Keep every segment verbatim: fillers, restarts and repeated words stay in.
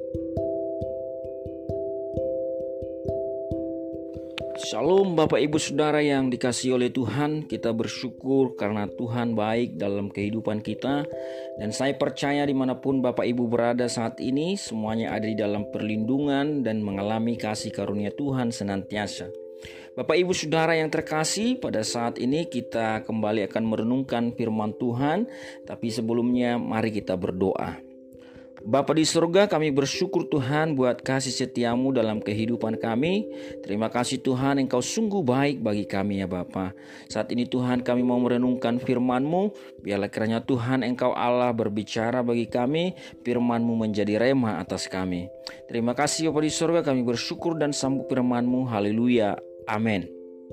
Shalom Bapak Ibu Saudara yang dikasihi oleh Tuhan. Kita bersyukur karena Tuhan baik dalam kehidupan kita. Dan saya percaya dimanapun Bapak Ibu berada saat ini, semuanya ada di dalam perlindungan dan mengalami kasih karunia Tuhan senantiasa. Bapak Ibu Saudara yang terkasih, pada saat ini kita kembali akan merenungkan firman Tuhan. Tapi sebelumnya mari kita berdoa. Bapa di surga, kami bersyukur Tuhan buat kasih setiamu dalam kehidupan kami. Terima kasih Tuhan, Engkau sungguh baik bagi kami ya Bapa. Saat ini Tuhan, kami mau merenungkan firman-Mu. Biarlah kiranya Tuhan Engkau Allah berbicara bagi kami, firman-Mu menjadi rema atas kami. Terima kasih Bapa di surga, kami bersyukur dan sambut firman-Mu. Haleluya, amin.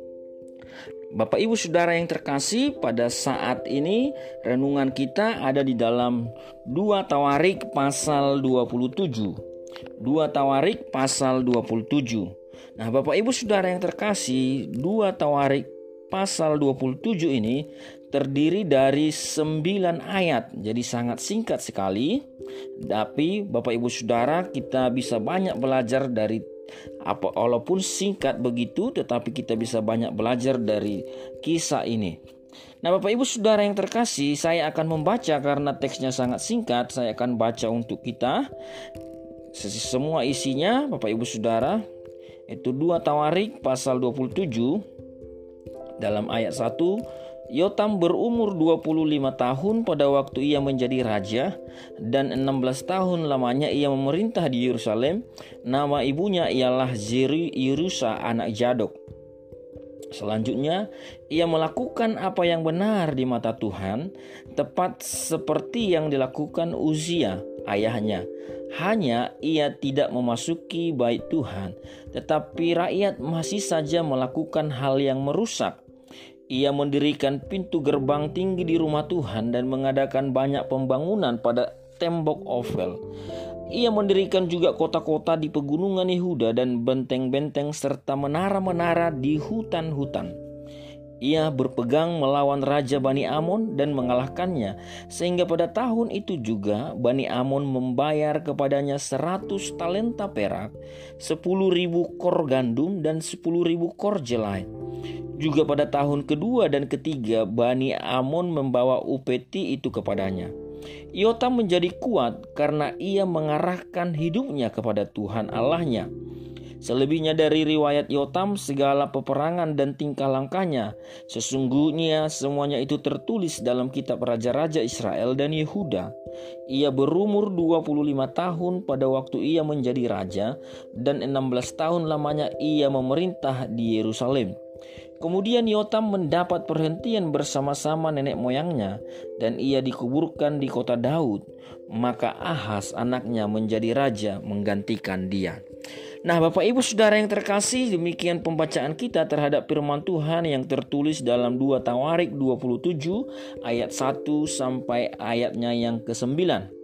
Bapak Ibu Saudara yang terkasih, pada saat ini renungan kita ada di dalam dua Tawarik pasal dua puluh tujuh. dua Tawarik pasal dua puluh tujuh. Nah, Bapak Ibu Saudara yang terkasih, dua Tawarik pasal dua puluh tujuh ini terdiri dari sembilan ayat. Jadi sangat singkat sekali. Tapi Bapak Ibu Saudara, kita bisa banyak belajar dari apa walaupun singkat begitu, tetapi kita bisa banyak belajar dari kisah ini. Nah, Bapak Ibu Saudara yang terkasih, saya akan membaca karena teksnya sangat singkat. Saya akan baca untuk kita semua isinya, Bapak Ibu Saudara. Itu dua Tawarik pasal dua puluh tujuh. Dalam ayat satu, Yotam berumur dua puluh lima tahun pada waktu ia menjadi raja, dan enam belas tahun lamanya ia memerintah di Yerusalem. Nama ibunya ialah Yerusa anak Zadok. Selanjutnya, ia melakukan apa yang benar di mata Tuhan, tepat seperti yang dilakukan Uzia ayahnya. Hanya ia tidak memasuki bait Tuhan, tetapi rakyat masih saja melakukan hal yang merusak. Ia mendirikan pintu gerbang tinggi di rumah Tuhan dan mengadakan banyak pembangunan pada tembok Ofel. Ia mendirikan juga kota-kota di pegunungan Yehuda dan benteng-benteng serta menara-menara di hutan-hutan. Ia berpegang melawan Raja Bani Amon dan mengalahkannya, sehingga pada tahun itu juga Bani Amon membayar kepadanya seratus talenta perak, sepuluh ribu kor gandum dan sepuluh ribu kor jelai. Juga pada tahun kedua dan ketiga Bani Amon membawa upeti itu kepadanya. Yotam menjadi kuat karena ia mengarahkan hidupnya kepada Tuhan Allahnya. Selebihnya dari riwayat Yotam, segala peperangan dan tingkah langkahnya, sesungguhnya semuanya itu tertulis dalam kitab Raja-Raja Israel dan Yehuda. Ia berumur dua puluh lima tahun pada waktu ia menjadi raja, dan enam belas tahun lamanya ia memerintah di Yerusalem. Kemudian Yotam mendapat perhentian bersama-sama nenek moyangnya, dan ia dikuburkan di kota Daud. Maka Ahaz anaknya menjadi raja menggantikan dia. Nah, Bapak Ibu Saudara yang terkasih, demikian pembacaan kita terhadap firman Tuhan yang tertulis dalam dua Tawarik dua puluh tujuh ayat satu sampai ayatnya yang kesembilan.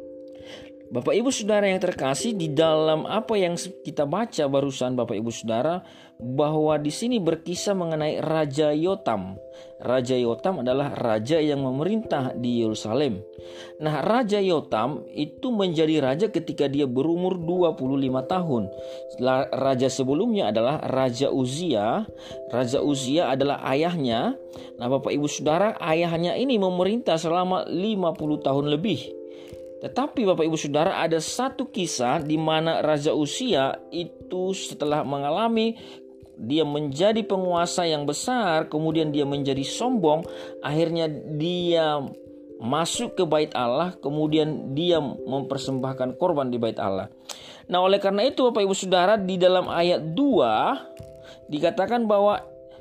Bapak Ibu Saudara yang terkasih, di dalam apa yang kita baca barusan Bapak Ibu Saudara, bahwa di sini berkisah mengenai Raja Yotam. Raja Yotam adalah raja yang memerintah di Yerusalem. Nah, Raja Yotam itu menjadi raja ketika dia berumur dua puluh lima tahun. Raja sebelumnya adalah Raja Uzia. Raja Uzia adalah ayahnya. Nah, Bapak Ibu Saudara, ayahnya ini memerintah selama lima puluh tahun lebih. Tetapi Bapak Ibu Saudara, ada satu kisah di mana Raja Uzia itu setelah mengalami dia menjadi penguasa yang besar, kemudian dia menjadi sombong, akhirnya dia masuk ke bait Allah, kemudian dia mempersembahkan korban di bait Allah. Nah, oleh karena itu Bapak Ibu Saudara, di dalam ayat dua dikatakan bahwa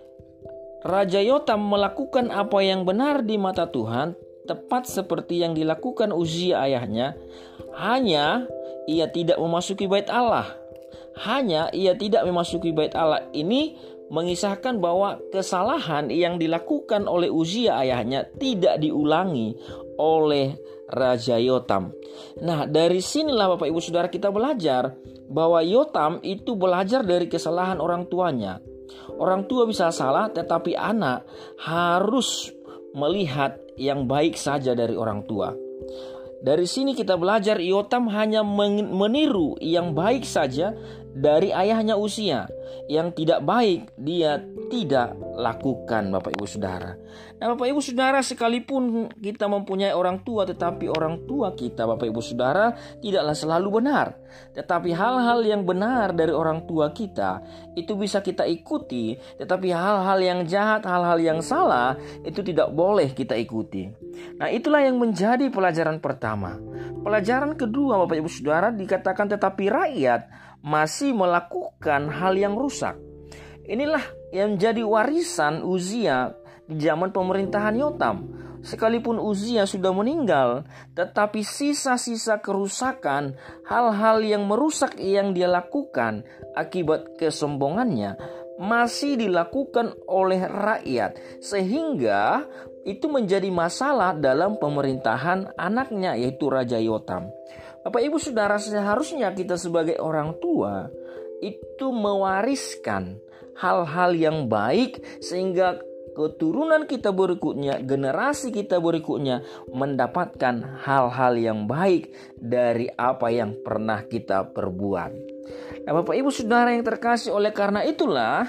Raja Yotam melakukan apa yang benar di mata Tuhan, tepat seperti yang dilakukan Uzia ayahnya. Hanya ia tidak memasuki bait Allah. Hanya ia tidak memasuki bait Allah. Ini mengisahkan bahwa kesalahan yang dilakukan oleh Uzia ayahnya tidak diulangi oleh Raja Yotam. Nah, dari sinilah Bapak Ibu Saudara kita belajar bahwa Yotam itu belajar dari kesalahan orang tuanya. Orang tua bisa salah, tetapi anak harus melihat yang baik saja dari orang tua. Dari sini kita belajar Yotam hanya meniru yang baik saja dari ayahnya Uzia. Yang tidak baik dia tidak lakukan, Bapak Ibu Saudara. Nah, Bapak Ibu Saudara, sekalipun kita mempunyai orang tua, tetapi orang tua kita, Bapak Ibu Saudara, tidaklah selalu benar. Tetapi hal-hal yang benar dari orang tua kita itu bisa kita ikuti, tetapi hal-hal yang jahat, hal-hal yang salah itu tidak boleh kita ikuti. Nah, itulah yang menjadi pelajaran pertama. Pelajaran kedua, Bapak Ibu Saudara, dikatakan tetapi rakyat masih melakukan hal yang rusak. Inilah yang menjadi warisan Uzia di zaman pemerintahan Yotam. Sekalipun Uzia sudah meninggal, tetapi sisa-sisa kerusakan, hal-hal yang merusak yang dia lakukan akibat kesombongannya masih dilakukan oleh rakyat, sehingga itu menjadi masalah dalam pemerintahan anaknya, yaitu Raja Yotam. Bapak Ibu Saudara, seharusnya kita sebagai orang tua itu mewariskan hal-hal yang baik sehingga keturunan kita berikutnya, generasi kita berikutnya mendapatkan hal-hal yang baik dari apa yang pernah kita perbuat. Nah, Bapak Ibu Saudara yang terkasih, oleh karena itulah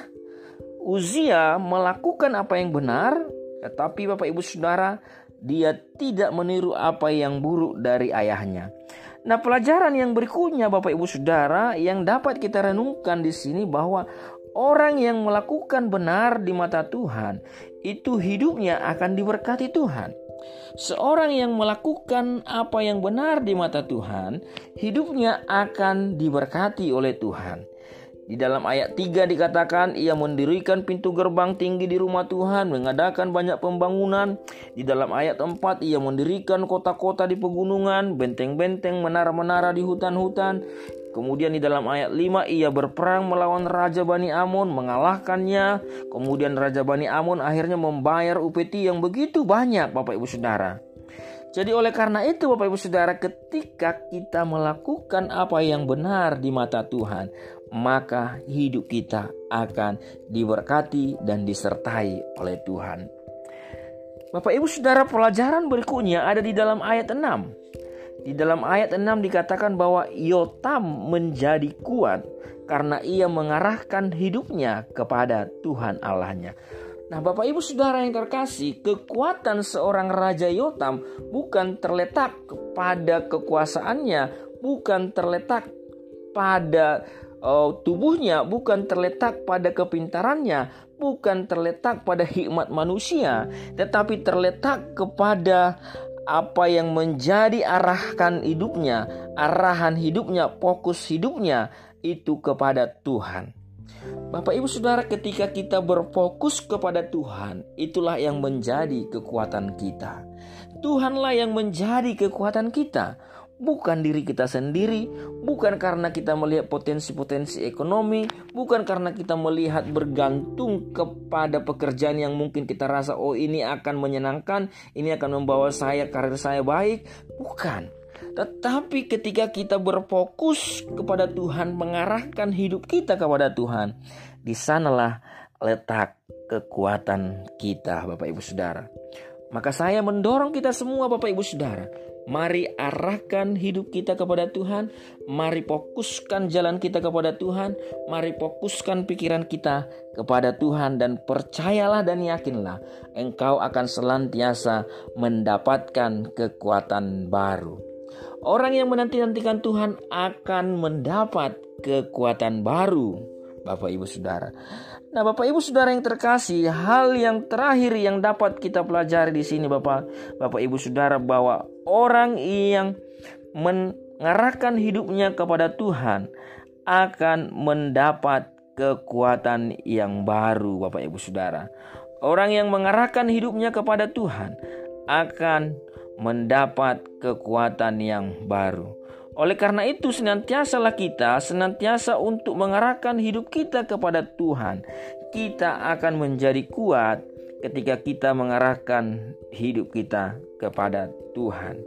Uzia melakukan apa yang benar, tetapi Bapak Ibu Saudara, dia tidak meniru apa yang buruk dari ayahnya. Nah, pelajaran yang berikutnya, Bapak Ibu Saudara, yang dapat kita renungkan di sini bahwa orang yang melakukan benar di mata Tuhan itu hidupnya akan diberkati Tuhan. Seorang yang melakukan apa yang benar di mata Tuhan, hidupnya akan diberkati oleh Tuhan. Di dalam ayat tiga dikatakan ia mendirikan pintu gerbang tinggi di rumah Tuhan, mengadakan banyak pembangunan. Di dalam ayat empat ia mendirikan kota-kota di pegunungan, benteng-benteng, menara-menara di hutan-hutan. Kemudian di dalam ayat lima ia berperang melawan Raja Bani Amon, mengalahkannya. Kemudian Raja Bani Amon akhirnya membayar upeti yang begitu banyak, Bapak Ibu Saudara. Jadi oleh karena itu, Bapak Ibu Saudara, ketika kita melakukan apa yang benar di mata Tuhan, maka hidup kita akan diberkati dan disertai oleh Tuhan. Bapak Ibu Saudara, pelajaran berikutnya ada di dalam ayat enam. Di dalam ayat enam dikatakan bahwa Yotam menjadi kuat karena ia mengarahkan hidupnya kepada Tuhan Allahnya. Nah, Bapak Ibu Saudara yang terkasih, kekuatan seorang Raja Yotam bukan terletak pada kekuasaannya, bukan terletak pada uh, tubuhnya, bukan terletak pada kepintarannya, bukan terletak pada hikmat manusia, tetapi terletak kepada apa yang menjadi arahkan hidupnya, arahan hidupnya, fokus hidupnya itu kepada Tuhan. Bapak Ibu Saudara, ketika kita berfokus kepada Tuhan, itulah yang menjadi kekuatan kita. Tuhanlah yang menjadi kekuatan kita, bukan diri kita sendiri, bukan karena kita melihat potensi-potensi ekonomi, bukan karena kita melihat bergantung kepada pekerjaan yang mungkin kita rasa, oh ini akan menyenangkan, ini akan membawa saya, karir saya baik, bukan. Tetapi ketika kita berfokus kepada Tuhan, mengarahkan hidup kita kepada Tuhan, di sanalah letak kekuatan kita, Bapak Ibu Saudara. Maka saya mendorong kita semua, Bapak Ibu Saudara, mari arahkan hidup kita kepada Tuhan, mari fokuskan jalan kita kepada Tuhan, mari fokuskan pikiran kita kepada Tuhan, dan percayalah dan yakinlah engkau akan senantiasa mendapatkan kekuatan baru. Orang yang menanti-nantikan Tuhan akan mendapat kekuatan baru, Bapak Ibu Saudara. Nah, Bapak Ibu Saudara yang terkasih, hal yang terakhir yang dapat kita pelajari di sini, Bapak Bapak Ibu Saudara, bahwa orang yang mengarahkan hidupnya kepada Tuhan akan mendapat kekuatan yang baru, Bapak Ibu Saudara. Orang yang mengarahkan hidupnya kepada Tuhan akan mendapat kekuatan yang baru. Oleh karena itu, senantiasalah kita senantiasa untuk mengarahkan hidup kita kepada Tuhan. Kita akan menjadi kuat ketika kita mengarahkan hidup kita kepada Tuhan.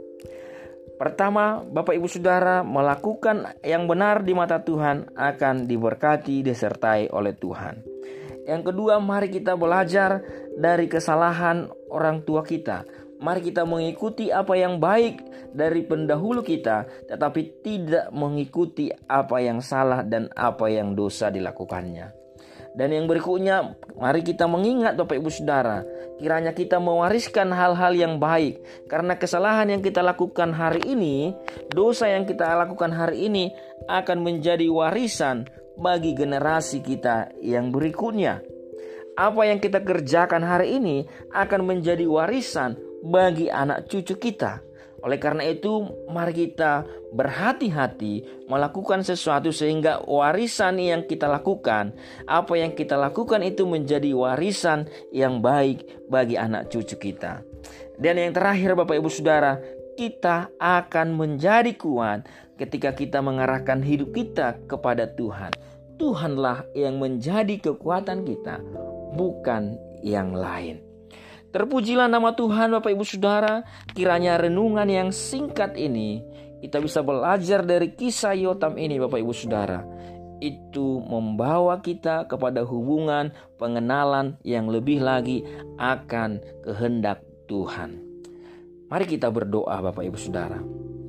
Pertama, Bapak Ibu Saudara, melakukan yang benar di mata Tuhan akan diberkati, disertai oleh Tuhan. Yang kedua, mari kita belajar dari kesalahan orang tua kita. Mari kita mengikuti apa yang baik dari pendahulu kita, tetapi tidak mengikuti apa yang salah dan apa yang dosa dilakukannya. Dan yang berikutnya, mari kita mengingat Bapak Ibu Saudara, kiranya kita mewariskan hal-hal yang baik. Karena kesalahan yang kita lakukan hari ini, dosa yang kita lakukan hari ini akan menjadi warisan bagi generasi kita yang berikutnya. Apa yang kita kerjakan hari ini akan menjadi warisan bagi anak cucu kita. Oleh karena itu, mari kita berhati-hati melakukan sesuatu sehingga warisan yang kita lakukan, apa yang kita lakukan itu menjadi warisan yang baik bagi anak cucu kita. Dan yang terakhir Bapak Ibu Saudara, kita akan menjadi kuat ketika kita mengarahkan hidup kita kepada Tuhan. Tuhanlah yang menjadi kekuatan kita, bukan yang lain. Terpujilah nama Tuhan Bapak Ibu Saudara. Kiranya renungan yang singkat ini kita bisa belajar dari kisah Yotam ini Bapak Ibu Saudara. Itu membawa kita kepada hubungan pengenalan yang lebih lagi akan kehendak Tuhan. Mari kita berdoa Bapak Ibu Saudara.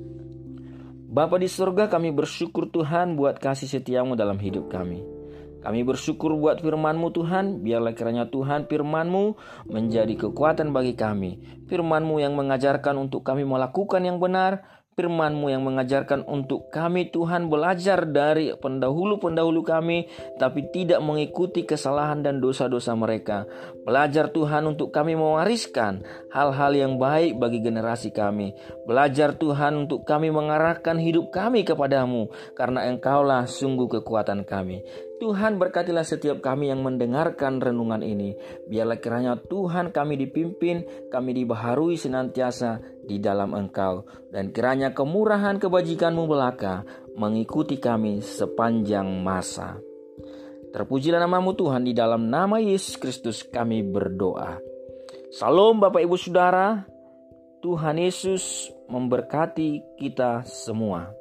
Bapa di surga, kami bersyukur Tuhan buat kasih setiamu dalam hidup kami. Kami bersyukur buat firman-Mu Tuhan. Biarlah kiranya Tuhan firman-Mu menjadi kekuatan bagi kami. Firman-Mu yang mengajarkan untuk kami melakukan yang benar. Firman-Mu yang mengajarkan untuk kami Tuhan belajar dari pendahulu-pendahulu kami, tapi tidak mengikuti kesalahan dan dosa-dosa mereka. Belajar Tuhan untuk kami mewariskan hal-hal yang baik bagi generasi kami. Belajar Tuhan untuk kami mengarahkan hidup kami kepadamu, karena Engkaulah sungguh kekuatan kami. Tuhan berkatilah setiap kami yang mendengarkan renungan ini. Biarlah kiranya Tuhan kami dipimpin, kami dibaharui senantiasa di dalam Engkau. Dan kiranya kemurahan kebajikan-Mu belaka mengikuti kami sepanjang masa. Terpujilah nama-Mu Tuhan, di dalam nama Yesus Kristus kami berdoa. Salam Bapak Ibu Saudara. Tuhan Yesus memberkati kita semua.